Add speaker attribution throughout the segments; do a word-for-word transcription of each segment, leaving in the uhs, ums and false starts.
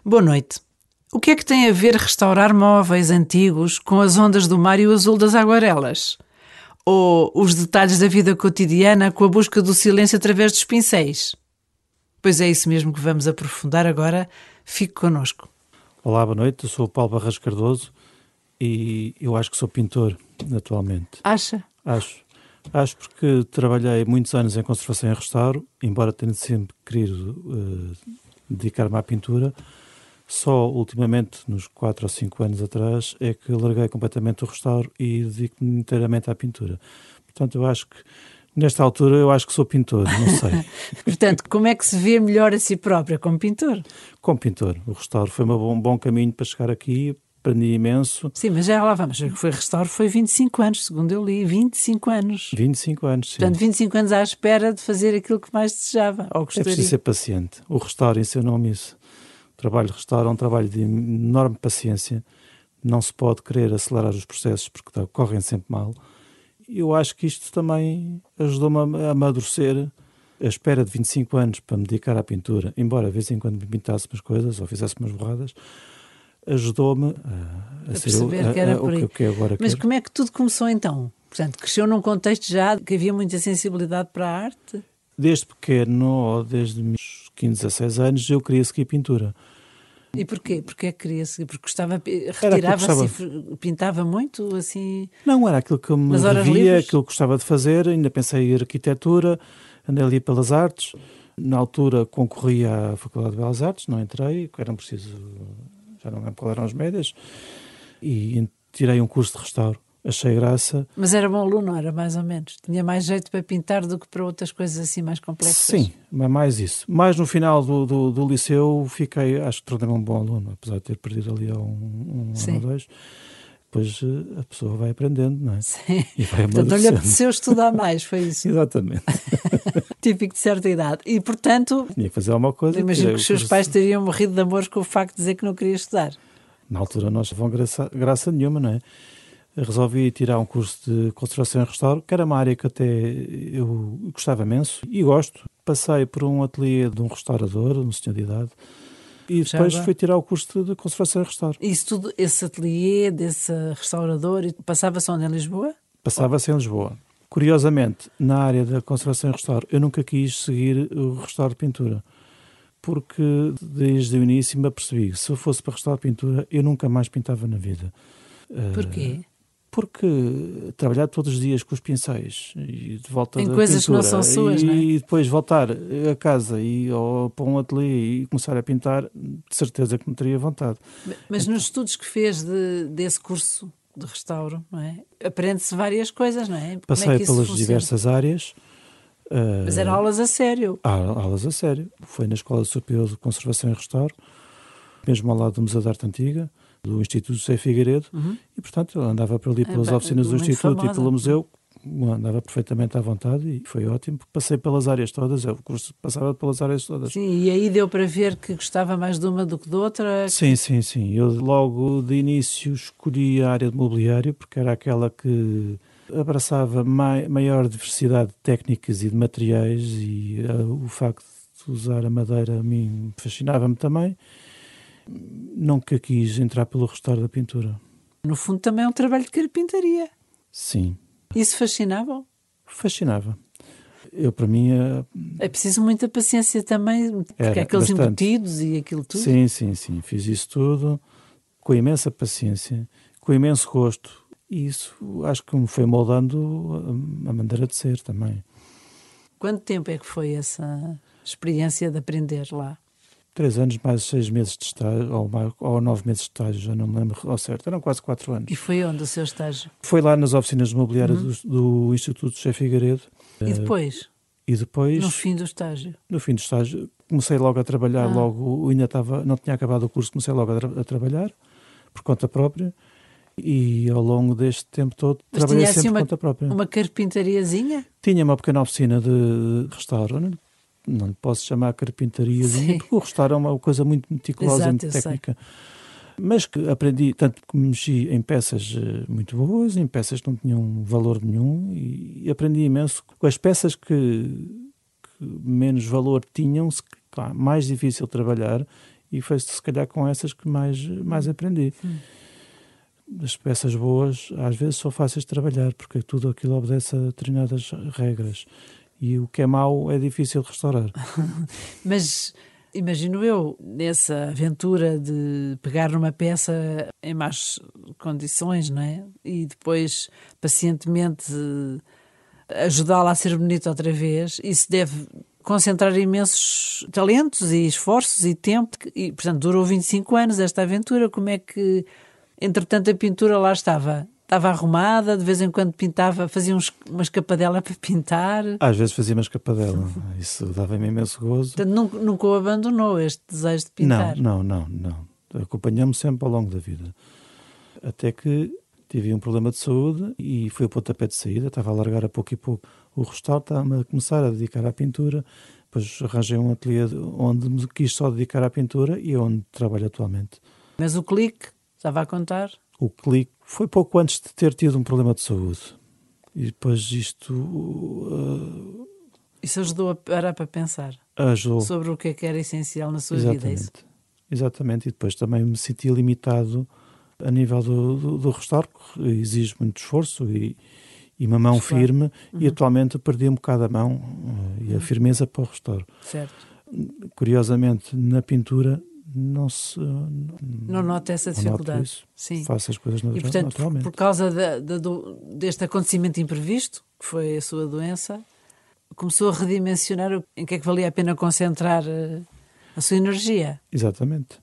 Speaker 1: Boa noite. O que é que tem a ver restaurar móveis antigos com as ondas do mar e o azul das aguarelas? Ou os detalhes da vida cotidiana com a busca do silêncio através dos pincéis? Pois é isso mesmo que vamos aprofundar agora. Fique connosco.
Speaker 2: Olá, boa noite. Eu sou o Paulo Barras Cardoso e eu acho que sou pintor atualmente.
Speaker 1: Acha?
Speaker 2: Acho. Acho porque trabalhei muitos anos em conservação e restauro, embora tenha sempre querido uh, dedicar-me à pintura. Só ultimamente, nos quatro ou cinco anos atrás, é que larguei completamente o restauro e dedico-me inteiramente à pintura. Portanto, eu acho que, nesta altura, eu acho que sou pintor, não sei.
Speaker 1: Portanto, como é que se vê melhor a si própria como pintor?
Speaker 2: Como pintor. O restauro foi um bom, bom caminho para chegar aqui, aprendi imenso.
Speaker 1: Sim, mas já lá vamos. O que foi restauro foi vinte e cinco anos, segundo eu li. vinte e cinco anos.
Speaker 2: vinte e cinco anos, sim.
Speaker 1: Portanto, vinte e cinco anos à espera de fazer aquilo que mais desejava ou
Speaker 2: É
Speaker 1: gostaria.
Speaker 2: preciso ser paciente. O restauro ensinou-me isso. O trabalho de restauro é um trabalho de enorme paciência. Não se pode querer acelerar os processos porque correm sempre mal. Eu acho que isto também ajudou-me a amadurecer. A espera de vinte e cinco anos para me dedicar à pintura, embora de vez em quando me pintasse umas coisas ou fizesse umas borradas, ajudou-me a, a,
Speaker 1: A
Speaker 2: ser
Speaker 1: perceber
Speaker 2: o,
Speaker 1: que era
Speaker 2: a, a,
Speaker 1: por aí.
Speaker 2: o que eu agora
Speaker 1: Mas
Speaker 2: quero.
Speaker 1: como é que tudo começou então? Portanto, cresceu num contexto já que havia muita sensibilidade para a arte?
Speaker 2: Desde pequeno, ou desde meus quinze, dezasseis anos, eu queria seguir pintura.
Speaker 1: E porquê? Porque é que queria seguir? Porque gostava,
Speaker 2: Era
Speaker 1: retirava-se
Speaker 2: gostava...
Speaker 1: e pintava muito, assim...
Speaker 2: Não, era aquilo que eu me
Speaker 1: Nas horas
Speaker 2: revia,
Speaker 1: livres?
Speaker 2: aquilo que gostava de fazer. Ainda pensei em arquitetura, andei ali pelas artes. Na altura concorri à Faculdade de Belas Artes, não entrei, porque eram preciso, já não lembro qual eram as médias, e tirei um curso de restauro. Achei graça.
Speaker 1: Mas era bom aluno, era mais ou menos? Tinha mais jeito para pintar do que para outras coisas assim mais complexas?
Speaker 2: Sim, mas mais isso. Mais no final do, do, do liceu fiquei, acho que tornei-me um bom aluno, apesar de ter perdido ali um, um ano ou dois. Depois a pessoa vai aprendendo, não é?
Speaker 1: Sim.
Speaker 2: E vai
Speaker 1: Portanto, não lhe apeteceu estudar mais, foi isso?
Speaker 2: Exatamente.
Speaker 1: Típico de certa idade. E, portanto,
Speaker 2: tinha que fazer alguma coisa.
Speaker 1: Imagino que os seus
Speaker 2: curso...
Speaker 1: pais teriam morrido de amor com o facto de dizer que não queria estudar.
Speaker 2: Na altura não achavam graça, graça nenhuma, não é? Resolvi tirar um curso de conservação e restauro, que era uma área que até eu gostava imenso e gosto. Passei por um ateliê de um restaurador, um senhor de idade, e depois fui tirar o curso de conservação e restauro.
Speaker 1: Isso tudo, esse ateliê desse restaurador, passava-se onde, em Lisboa?
Speaker 2: Passava-se em Lisboa. Curiosamente, na área da conservação e restauro, eu nunca quis seguir o restauro de pintura, porque desde o início me apercebi que se eu fosse para restaurar pintura, eu nunca mais pintava na vida.
Speaker 1: Porquê?
Speaker 2: Uh, Porque trabalhar todos os dias com os pincéis e de volta
Speaker 1: em
Speaker 2: da
Speaker 1: coisas
Speaker 2: pintura,
Speaker 1: que não são suas,
Speaker 2: e,
Speaker 1: não é?
Speaker 2: e depois voltar a casa e, ou para um ateliê e começar a pintar, de certeza que não teria vontade.
Speaker 1: Mas nos estudos que fez de, desse curso de restauro, não é? Aprende-se várias coisas, não é?
Speaker 2: Passei
Speaker 1: Como é que isso
Speaker 2: pelas
Speaker 1: funciona?
Speaker 2: diversas áreas. Uh,
Speaker 1: Mas eram aulas a sério?
Speaker 2: Ah, aulas a sério. Foi na Escola Superior de Conservação e Restauro, mesmo ao lado do Museu de Arte Antiga, do Instituto José Figueiredo, uhum. E, portanto, eu andava por ali pelas é, oficinas do Instituto famosa. E pelo museu, andava perfeitamente à vontade e foi ótimo, porque passei pelas áreas todas, o curso passava pelas áreas todas.
Speaker 1: Sim, e aí deu para ver que gostava mais de uma do que de outra?
Speaker 2: Sim, sim, sim. Eu logo de início escolhi a área de mobiliário, porque era aquela que abraçava mai, maior diversidade de técnicas e de materiais e uh, o facto de usar a madeira a mim fascinava-me também. Nunca quis entrar pelo restauro da pintura.
Speaker 1: No fundo também é um trabalho de carpintaria.
Speaker 2: Sim.
Speaker 1: Isso fascinava?
Speaker 2: Fascinava. Eu, para mim... É,
Speaker 1: é preciso muita paciência também, porque
Speaker 2: era,
Speaker 1: aqueles
Speaker 2: bastante.
Speaker 1: embutidos e aquilo tudo.
Speaker 2: Sim, sim, sim. Fiz isso tudo com imensa paciência, com imenso gosto. E isso acho que me foi moldando a maneira de ser também.
Speaker 1: Quanto tempo é que foi essa experiência de aprender lá?
Speaker 2: Três anos mais seis meses de estágio, ou, mais, ou nove meses de estágio, já não me lembro ao certo, eram quase quatro anos.
Speaker 1: E foi onde o seu estágio?
Speaker 2: Foi lá nas oficinas de mobiliário uhum. do, do Instituto José Figueiredo.
Speaker 1: E depois?
Speaker 2: Uh, e depois?
Speaker 1: No fim do estágio?
Speaker 2: No fim do estágio, comecei logo a trabalhar, ah. logo, ainda estava, não tinha acabado o curso, comecei logo a, tra- a trabalhar, por conta própria, e ao longo deste tempo todo
Speaker 1: Mas
Speaker 2: trabalhei
Speaker 1: tinha,
Speaker 2: sempre
Speaker 1: assim,
Speaker 2: por
Speaker 1: uma,
Speaker 2: conta própria.
Speaker 1: Uma carpintariazinha?
Speaker 2: Tinha uma pequena oficina de restauro, não Não lhe posso chamar carpintariazinha, porque o restauro é uma coisa muito meticulosa e muito técnica. Mas que aprendi, tanto que mexi em peças muito boas, em peças que não tinham valor nenhum, e aprendi imenso com as peças que, que menos valor tinham, claro, mais difícil de trabalhar, e foi se calhar com essas que mais, mais aprendi. Hum. As peças boas às vezes são fáceis de trabalhar, porque tudo aquilo obedece a determinadas regras, e o que é mau é difícil de restaurar.
Speaker 1: Mas imagino eu, nessa aventura de pegar numa peça em más condições, não é? E depois pacientemente ajudá-la a ser bonita outra vez, isso deve concentrar imensos talentos e esforços e tempo, e portanto durou vinte e cinco anos esta aventura. Como é que, entretanto, a pintura lá estava? Estava arrumada, de vez em quando pintava, fazia uns, uma escapadela para pintar?
Speaker 2: Às vezes fazia uma escapadela, isso dava-me imenso gozo.
Speaker 1: Portanto, nunca, nunca o abandonou, este desejo de pintar?
Speaker 2: Não, não, não, não. Acompanhamos sempre ao longo da vida. Até que tive um problema de saúde e foi o pontapé de saída, estava a largar a pouco e pouco o restauro, estava a começar a dedicar à pintura, depois arranjei um ateliê onde me quis só dedicar à pintura e é onde trabalho atualmente.
Speaker 1: Mas o clique, estava a contar?
Speaker 2: O clique foi pouco antes de ter tido um problema de saúde. E depois isto... Uh,
Speaker 1: isso ajudou a parar para pensar
Speaker 2: ajudou.
Speaker 1: Sobre o que é que era essencial na sua
Speaker 2: Exatamente.
Speaker 1: vida. Isso?
Speaker 2: Exatamente. E depois também me senti limitado a nível do, do, do restauro, que exige muito esforço e, e uma mão claro. firme, uhum. e atualmente perdi um bocado a mão uh, e a firmeza para o restauro.
Speaker 1: Certo.
Speaker 2: Curiosamente, na pintura não se...
Speaker 1: Não nota essa dificuldade.
Speaker 2: Isso.
Speaker 1: Sim.
Speaker 2: Faço as coisas natural,
Speaker 1: e, portanto,
Speaker 2: naturalmente.
Speaker 1: Por, por causa da, da, do, deste acontecimento imprevisto, que foi a sua doença, começou a redimensionar em que é que valia a pena concentrar uh, a sua energia.
Speaker 2: Exatamente.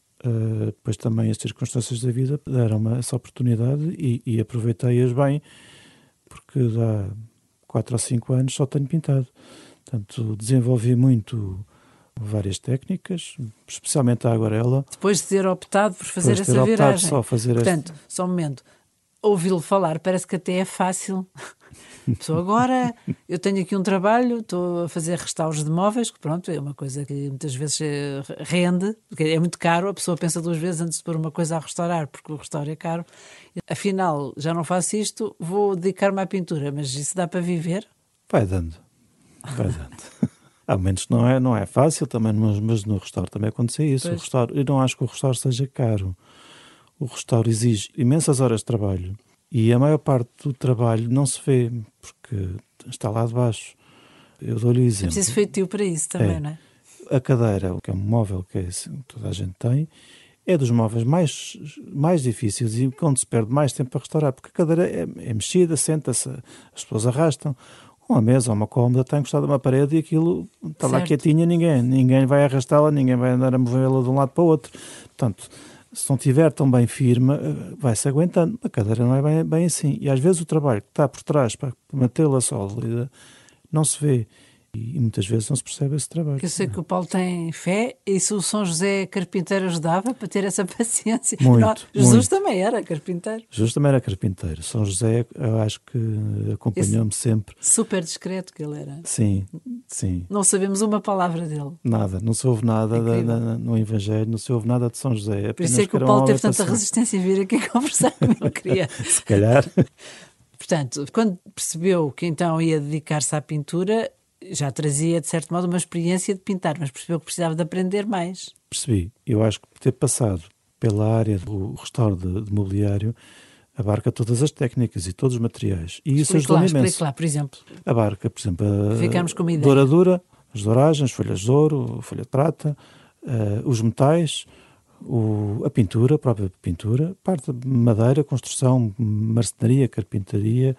Speaker 2: Uh, depois também as circunstâncias da vida deram-me essa oportunidade e, e aproveitei-as bem, porque há quatro ou cinco anos só tenho pintado. Portanto, desenvolvi muito várias técnicas, especialmente a aguarela.
Speaker 1: Depois de ter optado por fazer
Speaker 2: Depois de
Speaker 1: essa
Speaker 2: ter optado
Speaker 1: viragem.
Speaker 2: Só fazer
Speaker 1: Portanto,
Speaker 2: este...
Speaker 1: só um momento, ouvi-lo falar, parece que até é fácil. Pessoa, agora eu tenho aqui um trabalho, estou a fazer restauros de móveis, que pronto, é uma coisa que muitas vezes rende, porque é muito caro, a pessoa pensa duas vezes antes de pôr uma coisa a restaurar, porque o restauro é caro. Afinal, já não faço isto, vou dedicar-me à pintura, mas isso dá para viver?
Speaker 2: Vai dando, vai dando. Há momentos que não é, não é fácil também, mas, mas no restauro também aconteceu isso. O restauro, eu não acho que o restauro seja caro. O restauro exige imensas horas de trabalho e a maior parte do trabalho não se vê, porque está lá de baixo. Eu dou-lhe o exemplo.
Speaker 1: É preciso feitio para isso também, é, não é?
Speaker 2: A cadeira, que é um móvel que é, toda a gente tem, é dos móveis mais, mais difíceis e onde se perde mais tempo a restaurar, porque a cadeira é, é mexida, senta-se, as pessoas arrastam. Uma mesa ou uma cômoda está encostada a uma parede e aquilo está certo. Lá quietinha, ninguém, ninguém vai arrastá-la, ninguém vai andar a movê-la de um lado para o outro. Portanto, se não estiver tão bem firme, vai-se aguentando. A cadeira não é bem, bem assim. E às vezes o trabalho que está por trás para mantê-la sólida não se vê. E muitas vezes não se percebe esse trabalho.
Speaker 1: Eu sei que o Paulo tem fé, e se o São José carpinteiro ajudava para ter essa paciência?
Speaker 2: Muito,
Speaker 1: não, Jesus
Speaker 2: muito.
Speaker 1: também era carpinteiro.
Speaker 2: Jesus também era carpinteiro. São José, eu acho que acompanhou-me sempre.
Speaker 1: Super discreto que ele era.
Speaker 2: Sim, sim.
Speaker 1: Não sabemos uma palavra dele.
Speaker 2: Nada, não se ouve nada da, da, no Evangelho, não se ouve nada de São José.
Speaker 1: Por isso é que o Paulo teve tanta resistência em vir aqui conversar como ele queria.
Speaker 2: Se calhar.
Speaker 1: Portanto, quando percebeu que então ia dedicar-se à pintura, já trazia, de certo modo, uma experiência de pintar, mas percebeu que precisava de aprender mais.
Speaker 2: Percebi. Eu acho que por ter passado pela área do restauro de, de mobiliário, abarca todas as técnicas e todos os materiais. E isso ajuda imenso.
Speaker 1: Explique lá, por exemplo.
Speaker 2: Abarca, por exemplo, a
Speaker 1: Ficamos com uma ideia.
Speaker 2: douradura, as douragens, folhas de ouro, folha de prata, uh, os metais, o, a pintura, a própria pintura, parte de madeira, construção, marcenaria, carpintaria,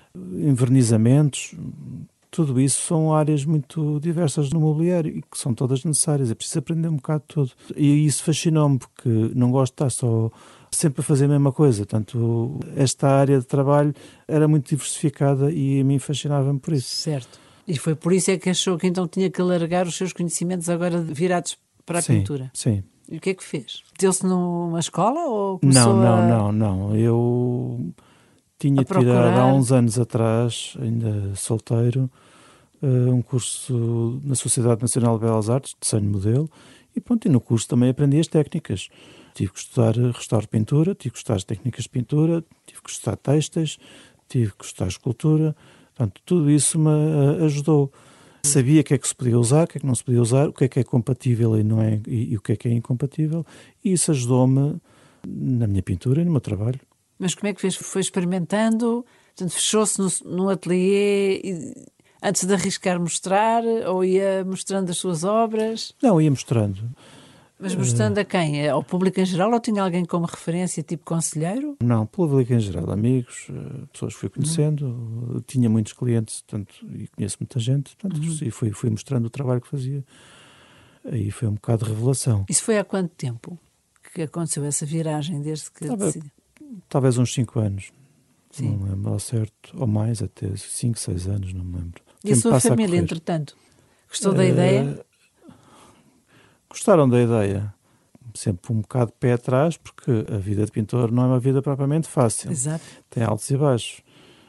Speaker 2: envernizamentos. Tudo isso são áreas muito diversas no mobiliário e que são todas necessárias. É preciso aprender um bocado de tudo. E isso fascinou-me, porque não gosto de estar só sempre a fazer a mesma coisa. Portanto, esta área de trabalho era muito diversificada e a mim fascinava-me por isso.
Speaker 1: Certo. E foi por isso é que achou que então tinha que alargar os seus conhecimentos agora virados para a
Speaker 2: sim,
Speaker 1: pintura.
Speaker 2: Sim.
Speaker 1: E o que é que fez? Meteu-se numa escola ou começou
Speaker 2: não,
Speaker 1: a...
Speaker 2: Não, não, não. Eu... Tinha tirado há uns anos atrás, ainda solteiro, uh, um curso na Sociedade Nacional de Belas Artes, de desenho modelo, e pronto, e no curso também aprendi as técnicas. Tive que estudar restauro de pintura, tive que estudar as técnicas de pintura, tive que estudar têxteis, tive que estudar escultura, portanto, tudo isso me uh, ajudou. Sabia o que é que se podia usar, o que é que não se podia usar, o que é que é compatível e, não é, e, e o que é que é incompatível. E isso ajudou-me na minha pintura e no meu trabalho.
Speaker 1: Mas como é que fez? Foi experimentando? Portanto, fechou-se no, no ateliê e, antes de arriscar mostrar? Ou ia mostrando as suas obras?
Speaker 2: Não, ia mostrando.
Speaker 1: Mas mostrando uh, a quem? Ao público em geral ou tinha alguém como referência, tipo conselheiro?
Speaker 2: Não, público em geral, amigos, pessoas que fui conhecendo. Uhum. Tinha muitos clientes, portanto, e conheço muita gente, portanto, uhum. e fui, fui mostrando o trabalho que fazia. Aí foi um bocado de revelação.
Speaker 1: Isso foi há quanto tempo que aconteceu essa viragem, desde que
Speaker 2: Talvez,
Speaker 1: decidi?
Speaker 2: talvez uns cinco anos.
Speaker 1: Sim.
Speaker 2: Não me lembro ao certo, ou mais, até cinco, seis anos, não me lembro.
Speaker 1: E a sua família, entretanto, gostou da uh, ideia?
Speaker 2: Gostaram da ideia. Sempre um bocado de pé atrás, porque a vida de pintor não é uma vida propriamente fácil.
Speaker 1: Exato.
Speaker 2: Tem altos e baixos.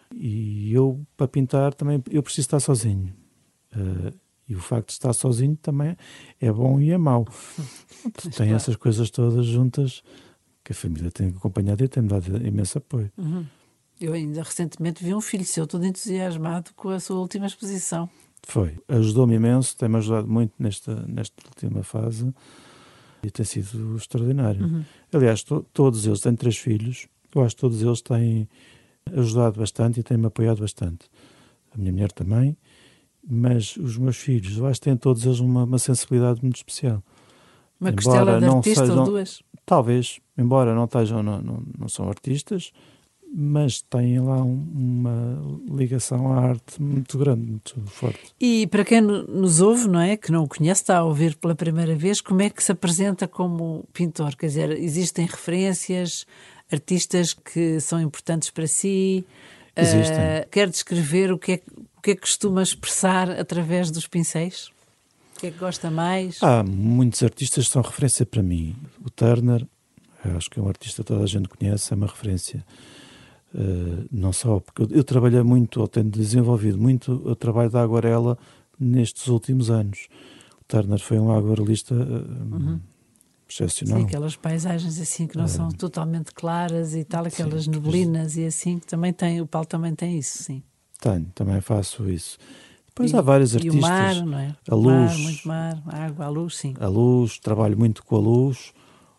Speaker 2: E eu, para pintar, também eu preciso estar sozinho. Uh, e o facto de estar sozinho também é bom e é mau. Tem claro. Essas coisas todas juntas que a família tem acompanhado e tem-me dado imenso apoio.
Speaker 1: Uhum. Eu ainda recentemente vi um filho seu todo entusiasmado com a sua última exposição.
Speaker 2: Foi. Ajudou-me imenso, tem-me ajudado muito nesta, nesta última fase e tem sido extraordinário.
Speaker 1: Uhum.
Speaker 2: Aliás, to, todos eles, têm três filhos, eu acho que todos eles têm ajudado bastante e têm-me apoiado bastante. A minha mulher também, mas os meus filhos, eu acho que têm todos eles uma, uma sensibilidade muito especial.
Speaker 1: Uma costela de artista
Speaker 2: sejam,
Speaker 1: ou duas?
Speaker 2: Talvez, embora não, estejam, não, não, não são artistas, mas têm lá um, uma ligação à arte muito grande, muito forte.
Speaker 1: E para quem nos ouve, não é, que não o conhece, está a ouvir pela primeira vez, como é que se apresenta como pintor? Quer dizer, existem referências, artistas que são importantes para si?
Speaker 2: Existem.
Speaker 1: Uh, quer descrever o que, é, o que é que costuma expressar através dos pincéis? O que é que gosta mais?
Speaker 2: Há muitos artistas que são referência para mim. O Turner, acho que é um artista que toda a gente conhece, é uma referência. Uh, não só porque eu, eu trabalhei muito, ou tenho desenvolvido muito o trabalho da aguarela nestes últimos anos. O Turner foi um aguarelista uh,
Speaker 1: uhum.
Speaker 2: excepcional.
Speaker 1: Sim, aquelas paisagens assim que não uh, são totalmente claras e tal, aquelas sim, neblinas e assim, que também tem, o Paulo também tem isso, sim.
Speaker 2: Tenho, também faço isso. Depois
Speaker 1: e,
Speaker 2: há vários artistas.
Speaker 1: E o mar, não é?
Speaker 2: A
Speaker 1: o
Speaker 2: luz.
Speaker 1: Mar, muito mar, a água, a luz, sim.
Speaker 2: A luz, trabalho muito com a luz.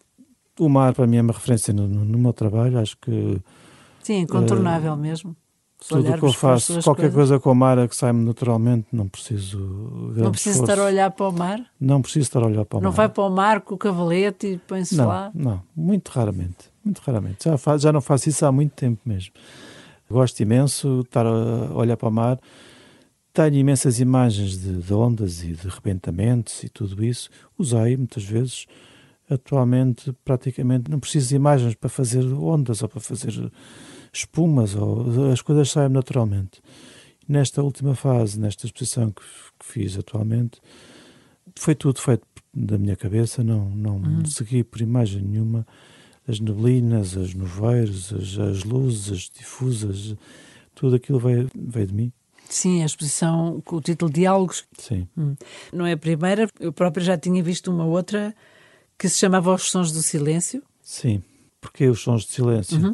Speaker 2: O mar para mim é uma referência no, no, no meu trabalho, acho que
Speaker 1: sim, incontornável uh, mesmo. Se
Speaker 2: tudo o que eu faço, qualquer
Speaker 1: coisas.
Speaker 2: coisa com o mar que sai-me naturalmente, não preciso
Speaker 1: Não preciso estar a olhar para o mar?
Speaker 2: Não preciso estar a olhar para o
Speaker 1: não
Speaker 2: mar.
Speaker 1: Não vai para o mar com o cavalete e põe-se
Speaker 2: não,
Speaker 1: lá?
Speaker 2: Não, muito raramente. Muito raramente. Já, faz, já não faço isso há muito tempo mesmo. Gosto imenso de estar a olhar para o mar. Tenho imensas imagens de, de ondas e de rebentamentos e tudo isso. Usei muitas vezes. Atualmente, praticamente, não preciso de imagens para fazer ondas ou para fazer espumas, ou as coisas saem naturalmente. Nesta última fase, nesta exposição que, que fiz atualmente, foi tudo feito da minha cabeça, não, não uhum. segui por imagem nenhuma as neblinas, as nuveiros, as, as luzes, as difusas, tudo aquilo veio, veio de mim.
Speaker 1: Sim, a exposição com o título Diálogos.
Speaker 2: Sim.
Speaker 1: Hum. Não é a primeira, eu próprio já tinha visto uma outra que se chamava Os Sons do Silêncio.
Speaker 2: Sim, porque os Sons do Silêncio.
Speaker 1: Uhum.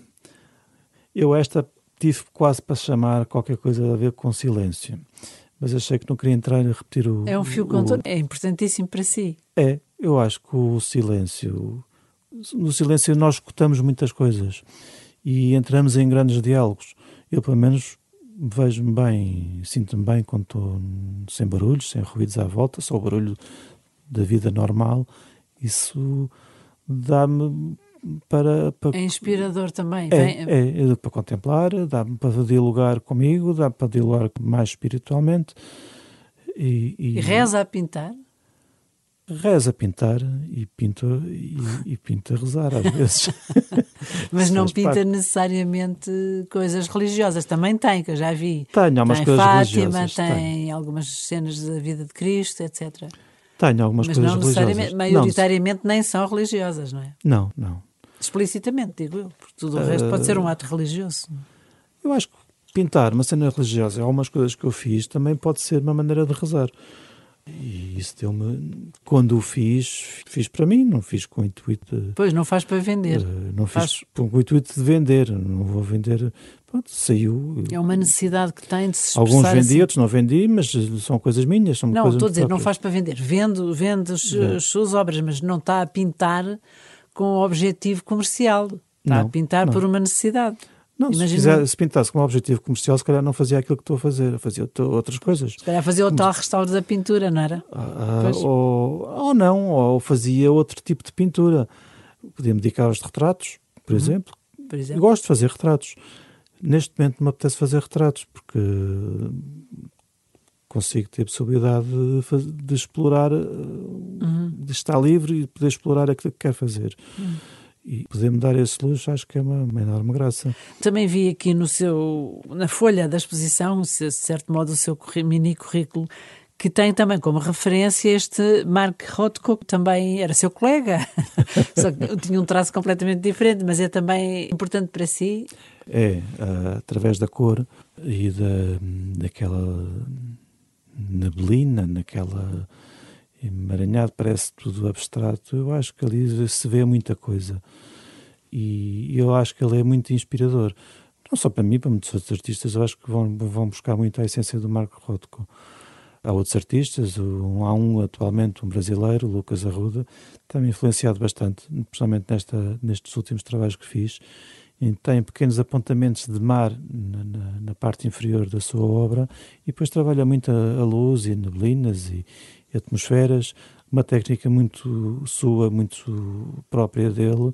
Speaker 2: Eu esta tive quase para chamar qualquer coisa a ver com silêncio, mas achei que não queria entrar e repetir o...
Speaker 1: É um fio condutor, é importantíssimo para si.
Speaker 2: É, eu acho que o silêncio... No silêncio nós escutamos muitas coisas e entramos em grandes diálogos. Eu, pelo menos, vejo-me bem, sinto-me bem quando estou sem barulhos, sem ruídos à volta, só o barulho da vida normal. Isso dá-me para, para...
Speaker 1: É inspirador também.
Speaker 2: É,
Speaker 1: Vem...
Speaker 2: é, é para contemplar, dá-me para dialogar comigo, dá-me para dialogar mais espiritualmente. E, e...
Speaker 1: e reza a pintar?
Speaker 2: Reza a pintar e pinto, e, e pinto a rezar às vezes.
Speaker 1: Mas não pinta parte. necessariamente coisas religiosas. Também tem, que eu já vi.
Speaker 2: Tenho algumas
Speaker 1: tem
Speaker 2: coisas
Speaker 1: Fátima,
Speaker 2: religiosas.
Speaker 1: Tem
Speaker 2: tenho.
Speaker 1: algumas cenas da vida de Cristo, etcétera.
Speaker 2: Tenho algumas
Speaker 1: Mas
Speaker 2: coisas
Speaker 1: não
Speaker 2: religiosas.
Speaker 1: Necessariamente, maioritariamente não. nem são religiosas, não é?
Speaker 2: Não, não.
Speaker 1: Explicitamente, digo eu. Porque tudo o uh, resto pode ser um ato religioso.
Speaker 2: Eu acho que pintar uma cena religiosa, algumas coisas que eu fiz, também pode ser uma maneira de rezar. E isso deu-me... Quando o fiz, fiz para mim, não fiz com o intuito de...
Speaker 1: Pois, não faz para vender.
Speaker 2: Uh, não
Speaker 1: faz...
Speaker 2: fiz com o intuito de vender. Não vou vender... Pronto, saiu...
Speaker 1: É uma necessidade que tem de se expressar.
Speaker 2: Alguns vendi,
Speaker 1: assim.
Speaker 2: Outros não vendi, mas são coisas minhas. São
Speaker 1: não,
Speaker 2: coisas
Speaker 1: estou a dizer,
Speaker 2: próprias.
Speaker 1: não faz para vender. Vende, vende as, as suas obras, mas não está a pintar com objetivo comercial. Está
Speaker 2: não,
Speaker 1: a pintar
Speaker 2: não.
Speaker 1: por uma necessidade.
Speaker 2: Não, se, quiser, se pintasse com um objetivo comercial, se calhar não fazia aquilo que estou a fazer, fazia outras coisas.
Speaker 1: Se calhar fazia o tal restauro da pintura, não era?
Speaker 2: Ah, ou, ou não, ou fazia outro tipo de pintura. Podia-me dedicar aos retratos, por, uhum. exemplo.
Speaker 1: por exemplo.
Speaker 2: Gosto de fazer retratos. Neste momento me apetece fazer retratos, porque consigo ter a possibilidade de, de explorar, uhum. de estar livre e poder explorar aquilo que quero fazer. Uhum. E poder-me dar esse luxo, acho que é uma, uma enorme graça.
Speaker 1: Também vi aqui no seu, na folha da exposição, de certo modo, o seu mini currículo, que tem também como referência este Mark Rothko, que também era seu colega, só que tinha um traço completamente diferente, mas é também importante para si.
Speaker 2: É, uh, através da cor e da, daquela neblina, naquela... emaranhado, parece tudo abstrato. Eu acho que ali se vê muita coisa e eu acho que ele é muito inspirador, não só para mim, para muitos outros artistas. Eu acho que vão, vão buscar muito a essência do Mark Rothko. Há outros artistas, um, há um atualmente, um brasileiro, Lucas Arruda, também influenciado bastante, principalmente nesta, nestes últimos trabalhos que fiz. E tem pequenos apontamentos de mar na, na, na parte inferior da sua obra e depois trabalha muito a, a luz e neblinas e atmosferas, uma técnica muito sua, muito própria dele,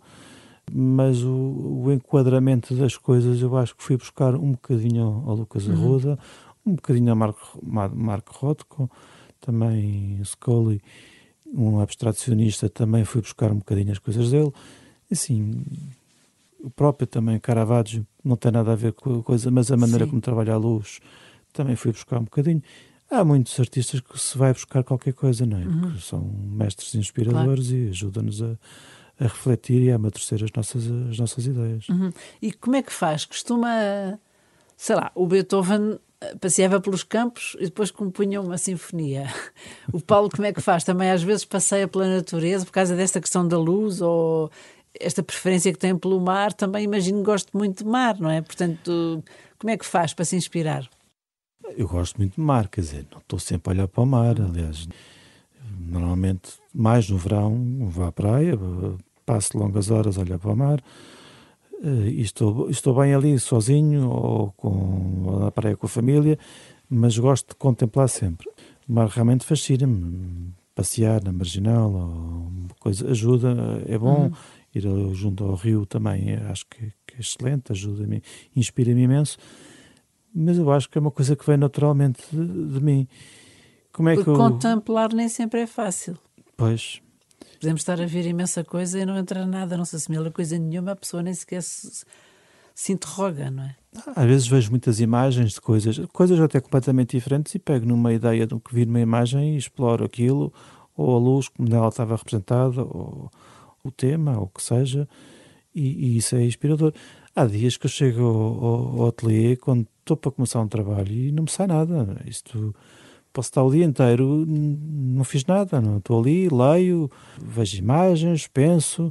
Speaker 2: mas o, o enquadramento das coisas eu acho que fui buscar um bocadinho ao Lucas uhum. Arruda, um bocadinho ao Marco, Marco Rothko, também Scully, um abstracionista, também fui buscar um bocadinho as coisas dele. Assim, o próprio também Caravaggio não tem nada a ver com a coisa, mas a maneira Sim. como trabalha a luz também fui buscar um bocadinho. Há muitos artistas que se vai buscar qualquer coisa, não é? Uhum. Porque são mestres inspiradores claro. E ajudam-nos a, a refletir e a amadurecer as nossas, as nossas ideias.
Speaker 1: Uhum. E como é que faz? Costuma, sei lá, o Beethoven passeava pelos campos e depois compunha uma sinfonia. O Paulo como é que faz? Também às vezes passeia pela natureza por causa desta questão da luz ou esta preferência que tem pelo mar? Também imagino que gosto muito de mar, não é? Portanto, como é que faz para se inspirar?
Speaker 2: Eu gosto muito de mar, quer dizer, não estou sempre a olhar para o mar, aliás, normalmente mais no verão vou à praia, passo longas horas a olhar para o mar e estou, estou bem ali sozinho ou, com, ou na praia com a família, mas gosto de contemplar sempre. O mar realmente fascina-me, passear na marginal ou coisa, ajuda, é bom, uhum. ir junto ao rio também acho que, que é excelente, ajuda-me, inspira-me imenso. Mas eu acho que é uma coisa que vem naturalmente de, de mim. Como é
Speaker 1: Porque
Speaker 2: que eu...
Speaker 1: contemplar nem sempre é fácil.
Speaker 2: Pois.
Speaker 1: Podemos estar a ver imensa coisa e não entrar nada, não se assimila coisa nenhuma, a pessoa nem sequer se, se interroga, não é?
Speaker 2: Às vezes vejo muitas imagens de coisas, coisas até completamente diferentes e pego numa ideia do que vi numa imagem e exploro aquilo, ou a luz como nela estava representada, ou o tema, ou o que seja, e, e isso é inspirador. Há dias que eu chego ao, ao, ao ateliê quando estou para começar um trabalho e não me sai nada. Isto, posso estar o dia inteiro, não fiz nada. Não estou ali, leio, vejo imagens, penso,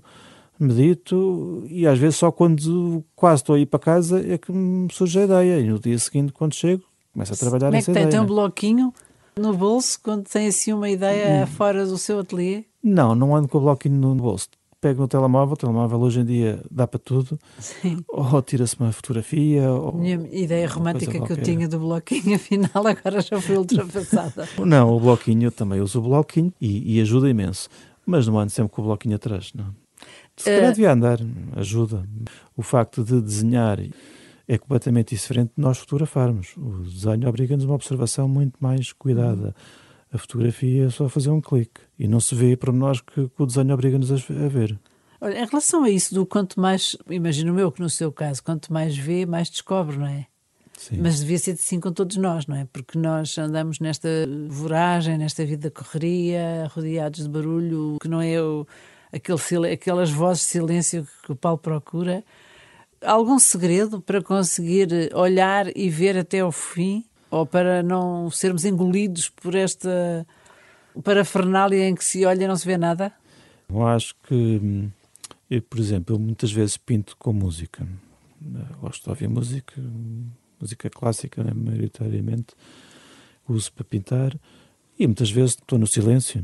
Speaker 2: medito e às vezes só quando quase estou a ir para casa é que me surge a ideia. E no dia seguinte, quando chego, começo a trabalhar
Speaker 1: Como é
Speaker 2: nessa
Speaker 1: que tem?
Speaker 2: ideia.
Speaker 1: Tem um bloquinho no bolso quando tem assim uma ideia hum. fora do seu ateliê?
Speaker 2: Não, não ando com o bloquinho no bolso. Pego no telemóvel, o telemóvel hoje em dia dá para tudo. Sim. Ou tira-se uma fotografia. Ou
Speaker 1: minha ideia romântica que eu tinha do bloquinho, afinal, agora já foi ultrapassada.
Speaker 2: Não, o bloquinho, eu também uso o bloquinho e, e ajuda imenso. Mas não ando sempre com o bloquinho atrás, não. Se calhar uh... devia andar, ajuda. O facto de desenhar é completamente diferente de nós fotografarmos. O desenho obriga-nos a uma observação muito mais cuidada. Hum. A fotografia é só fazer um clique e não se vê para nós que, que o desenho obriga-nos a ver.
Speaker 1: Olha, em relação a isso do quanto mais, imagino eu que no seu caso, quanto mais vê, mais descobre, não é?
Speaker 2: Sim.
Speaker 1: Mas devia ser assim com todos nós, não é? Porque nós andamos nesta voragem, nesta vida de correria, rodeados de barulho, que não é o, aquele, aquelas vozes de silêncio que o Paulo procura. Algum segredo para conseguir olhar e ver até ao fim? Ou para não sermos engolidos por esta parafernália em que se olha e não se vê nada?
Speaker 2: Eu acho que, eu, por exemplo, eu muitas vezes pinto com música. Eu gosto de ouvir música, música clássica, né, maioritariamente uso para pintar, e muitas vezes estou no silêncio.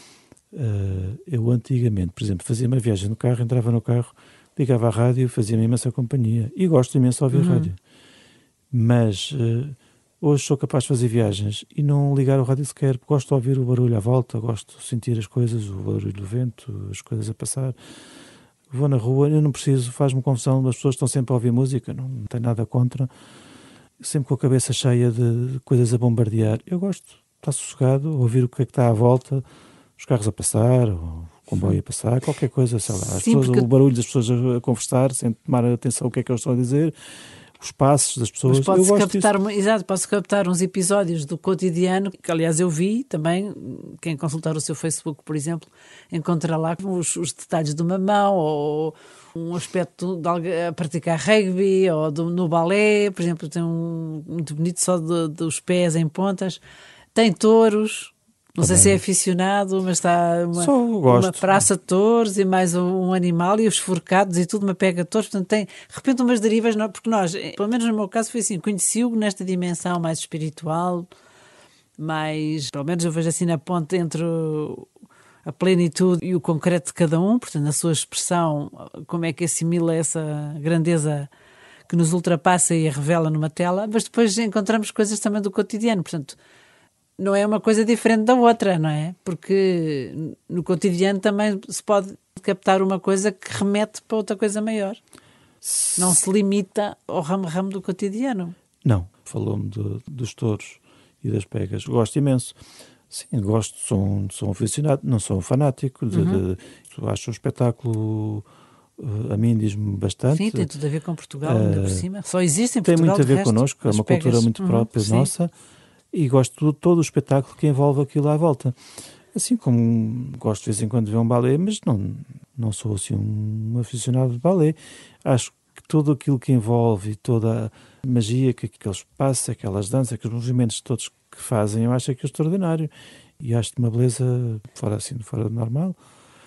Speaker 2: Eu antigamente, por exemplo, fazia uma viagem no carro, entrava no carro, ligava à rádio, fazia-me imensa companhia, e gosto imenso de ouvir
Speaker 1: Uhum.
Speaker 2: rádio. Mas uh, hoje sou capaz de fazer viagens e não ligar o rádio sequer, porque gosto de ouvir o barulho à volta, gosto de sentir as coisas, o barulho do vento, as coisas a passar. Vou na rua, eu não preciso, faz-me confusão, as pessoas estão sempre a ouvir música, não, não tenho nada contra, sempre com a cabeça cheia de coisas a bombardear. Eu gosto de estar sossegado, ouvir o que é que está à volta, os carros a passar, ou o comboio a passar, qualquer coisa, sei lá, as
Speaker 1: Sim,
Speaker 2: pessoas,
Speaker 1: porque...
Speaker 2: o barulho das pessoas a conversar, sem tomar atenção ao que é que eles estão a dizer, os passos das pessoas.
Speaker 1: Mas pode-se
Speaker 2: eu gosto
Speaker 1: captar,
Speaker 2: disso.
Speaker 1: exato, posso captar uns episódios do cotidiano, que aliás eu vi também, quem consultar o seu Facebook, por exemplo, encontra lá os, os detalhes de uma mão, ou um aspecto de alguém a praticar rugby, ou do, no balé, por exemplo, tem um muito bonito só de, dos pés em pontas, tem touros. Não
Speaker 2: Também.
Speaker 1: sei se é aficionado, mas está uma,
Speaker 2: Só gosto.
Speaker 1: uma praça de touros e mais um, um animal e os forcados e tudo, uma pega de touros. Portanto, tem, de repente, umas derivas, não, porque nós, pelo menos no meu caso, foi assim: conheci-o nesta dimensão mais espiritual, mais, pelo menos eu vejo assim na ponte entre o, a plenitude e o concreto de cada um, portanto, na sua expressão, como é que assimila essa grandeza que nos ultrapassa e a revela numa tela, mas depois encontramos coisas também do cotidiano, portanto. Não é uma coisa diferente da outra, não é? Porque no cotidiano também se pode captar uma coisa que remete para outra coisa maior. Não se limita ao ramo-ramo do cotidiano.
Speaker 2: Não, falou-me de, dos touros e das pegas. Gosto imenso. Sim, gosto, sou um, sou um aficionado, não sou um fanático. De,
Speaker 1: Uhum.
Speaker 2: de, acho um espetáculo, uh, a mim diz-me bastante.
Speaker 1: Sim, tem tudo a ver com Portugal, ainda por cima. Só existe em
Speaker 2: Tem
Speaker 1: Portugal,
Speaker 2: muito a ver
Speaker 1: de resto,
Speaker 2: connosco, é
Speaker 1: as
Speaker 2: uma
Speaker 1: pegas.
Speaker 2: cultura muito
Speaker 1: Uhum,
Speaker 2: própria
Speaker 1: sim.
Speaker 2: nossa. E gosto de todo o espetáculo que envolve aquilo à volta. Assim como gosto de vez em quando de ver um balé, mas não, não sou assim um aficionado de balé. Acho que tudo aquilo que envolve, toda a magia que aqueles passos, aquelas danças, aqueles movimentos todos que fazem, eu acho aquilo extraordinário. E acho de uma beleza fora assim, fora do normal.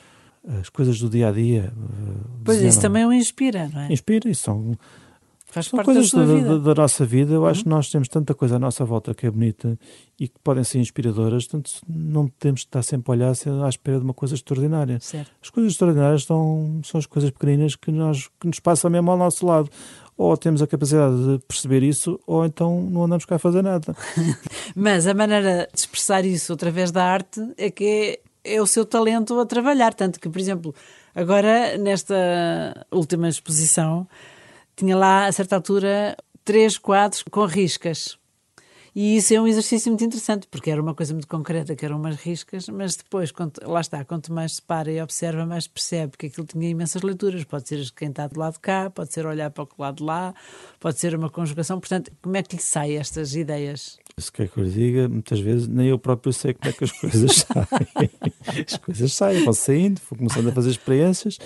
Speaker 2: As coisas do dia-a-dia.
Speaker 1: Pois isso também o inspira, não é?
Speaker 2: Inspira e são...
Speaker 1: Faz
Speaker 2: São
Speaker 1: parte
Speaker 2: coisas
Speaker 1: da sua
Speaker 2: da,
Speaker 1: vida.
Speaker 2: da, da nossa vida. Eu
Speaker 1: Uhum.
Speaker 2: acho que nós temos tanta coisa à nossa volta que é bonita e que podem ser inspiradoras, portanto não temos de estar sempre a olhar à espera de uma coisa extraordinária.
Speaker 1: Certo.
Speaker 2: As coisas extraordinárias são, são as coisas pequeninas que, nós, que nos passam mesmo ao nosso lado. Ou temos a capacidade de perceber isso, ou então não andamos cá a fazer nada.
Speaker 1: Mas a maneira de expressar isso através da arte é que é, é o seu talento a trabalhar. Tanto que, por exemplo, agora nesta última exposição tinha lá, a certa altura, três quadros com riscas. E isso é um exercício muito interessante, porque era uma coisa muito concreta, que eram umas riscas, mas depois, quanto, lá está, quanto mais se para e observa, mais percebe que aquilo tinha imensas leituras. Pode ser quem está do lado de cá, pode ser olhar para o lado de lá, pode ser uma conjugação. Portanto, como é que lhe saem estas ideias?
Speaker 2: Se quer que eu lhe diga, muitas vezes nem eu próprio sei como é que as coisas saem. As coisas saem, vão saindo, vou começando a fazer experiências.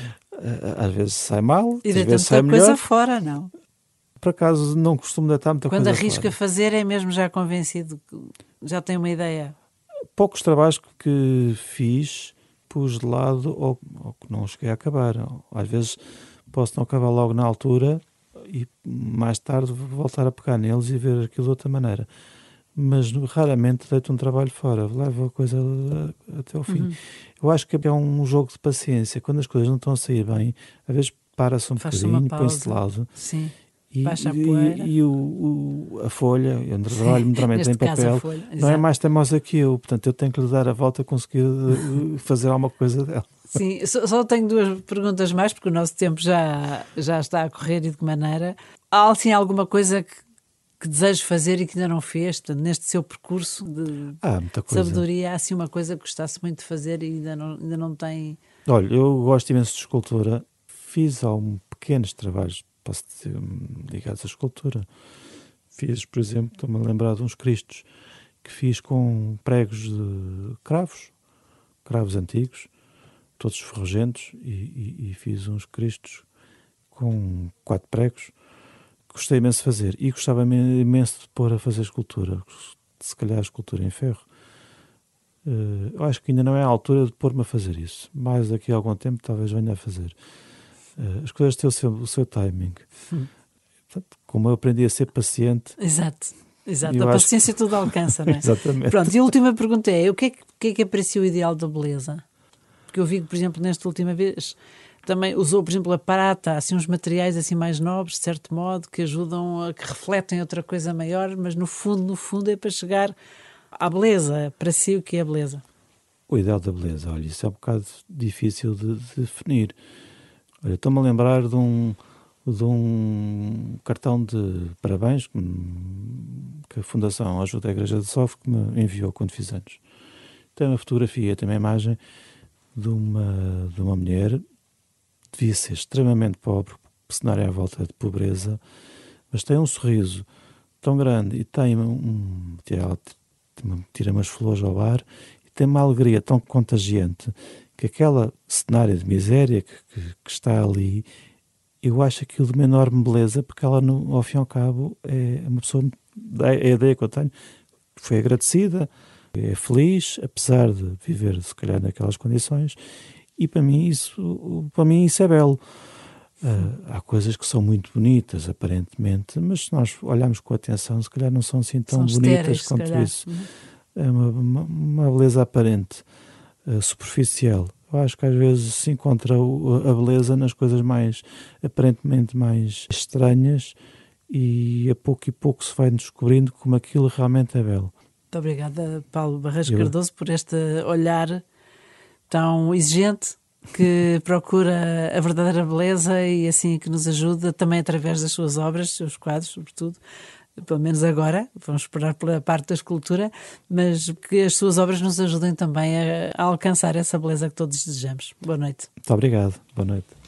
Speaker 2: Às vezes sai mal,
Speaker 1: E
Speaker 2: às
Speaker 1: deita
Speaker 2: vezes sai
Speaker 1: muita
Speaker 2: melhor.
Speaker 1: coisa fora, não?
Speaker 2: Por acaso não costumo deitar muita
Speaker 1: Quando
Speaker 2: coisa
Speaker 1: arrisca
Speaker 2: fora.
Speaker 1: fazer, é mesmo já convencido, que já tem uma ideia.
Speaker 2: Poucos trabalhos que fiz pus de lado ou, ou que não cheguei a acabar. Às vezes posso não acabar logo na altura e mais tarde voltar a pegar neles e ver aquilo de outra maneira. Mas raramente deito um trabalho fora, levo a coisa até ao fim.
Speaker 1: Uhum.
Speaker 2: Eu acho que é um jogo de paciência. Quando as coisas não estão a sair bem, às vezes para-se um
Speaker 1: Faz-se uma
Speaker 2: bocadinho, põe-se de
Speaker 1: pausa.
Speaker 2: lado.
Speaker 1: Sim.
Speaker 2: E,
Speaker 1: Baixa a
Speaker 2: e,
Speaker 1: poeira.
Speaker 2: e o, o, a folha, eu trabalho normalmente
Speaker 1: Neste
Speaker 2: em
Speaker 1: caso, a
Speaker 2: papel,
Speaker 1: folha.
Speaker 2: não
Speaker 1: Exato.
Speaker 2: é mais teimosa que eu, portanto eu tenho que lhe dar a volta a conseguir fazer alguma coisa dela.
Speaker 1: Sim, só, só tenho duas perguntas mais, porque o nosso tempo já, já está a correr e de que maneira. Há assim alguma coisa que, que desejo fazer e que ainda não fez, portanto, neste seu percurso de
Speaker 2: Ah, muita coisa.
Speaker 1: sabedoria, há assim uma coisa que gostasse muito de fazer e ainda não, ainda não tem...
Speaker 2: Olha, eu gosto imenso de escultura, fiz alguns pequenos trabalhos, posso dizer, ligados à escultura. Fiz, por exemplo, estou-me a lembrar de uns cristos que fiz com pregos de cravos, cravos antigos, todos ferrugentos, e, e, e fiz uns cristos com quatro pregos. Gostei imenso de fazer e gostava imenso de pôr a fazer escultura, se calhar a escultura em ferro. Uh, eu acho que ainda não é a altura de pôr-me a fazer isso. Mais daqui a algum tempo talvez venha a fazer. Uh, as coisas têm o seu, o seu timing. Hum. Portanto, como eu aprendi a ser paciente...
Speaker 1: Exato, exato. A paciência que... tudo alcança, não é?
Speaker 2: Exatamente.
Speaker 1: Pronto, e a última pergunta é, o que é que, o que é que é para si o ideal da beleza? Porque eu vi que, por exemplo, nesta última vez... Também usou, por exemplo, a prata, assim, uns materiais assim mais nobres, de certo modo, que ajudam, a, que refletem outra coisa maior, mas no fundo, no fundo é para chegar à beleza. Para si, o que é a beleza?
Speaker 2: O ideal da beleza, olha, isso é um bocado difícil de, de definir. Olha, estou-me a lembrar de um, de um cartão de parabéns que a Fundação Ajuda a Igreja de Sof que me enviou quando fiz anos. Tem uma fotografia, tem uma imagem de uma, de uma mulher. Devia ser extremamente pobre, o cenário à volta de pobreza, mas tem um sorriso tão grande e tem um, ela tira umas flores ao ar e tem uma alegria tão contagiante que aquele cenário de miséria que, que, que está ali, eu acho aquilo de uma enorme beleza, porque ela, no, ao fim e ao cabo, é uma pessoa, é a ideia que eu tenho, foi agradecida, é feliz, apesar de viver, se calhar, naquelas condições. E para mim isso, para mim isso é belo. Uh, há coisas que são muito bonitas, aparentemente, mas se nós olharmos com atenção, se calhar não são assim tão são bonitas estéreis, quanto isso. Uhum. É uma, uma, uma beleza aparente, uh, superficial. Eu acho que às vezes se encontra a beleza nas coisas mais, aparentemente mais estranhas, e a pouco e pouco se vai descobrindo como aquilo realmente é belo.
Speaker 1: Muito obrigada, Paulo Barreiros Eu... Cardoso, por este olhar tão exigente, que procura a verdadeira beleza e assim que nos ajuda também através das suas obras, dos seus quadros, sobretudo, pelo menos agora, vamos esperar pela parte da escultura, mas que as suas obras nos ajudem também a, a alcançar essa beleza que todos desejamos. Boa noite.
Speaker 2: Muito obrigado. Boa noite.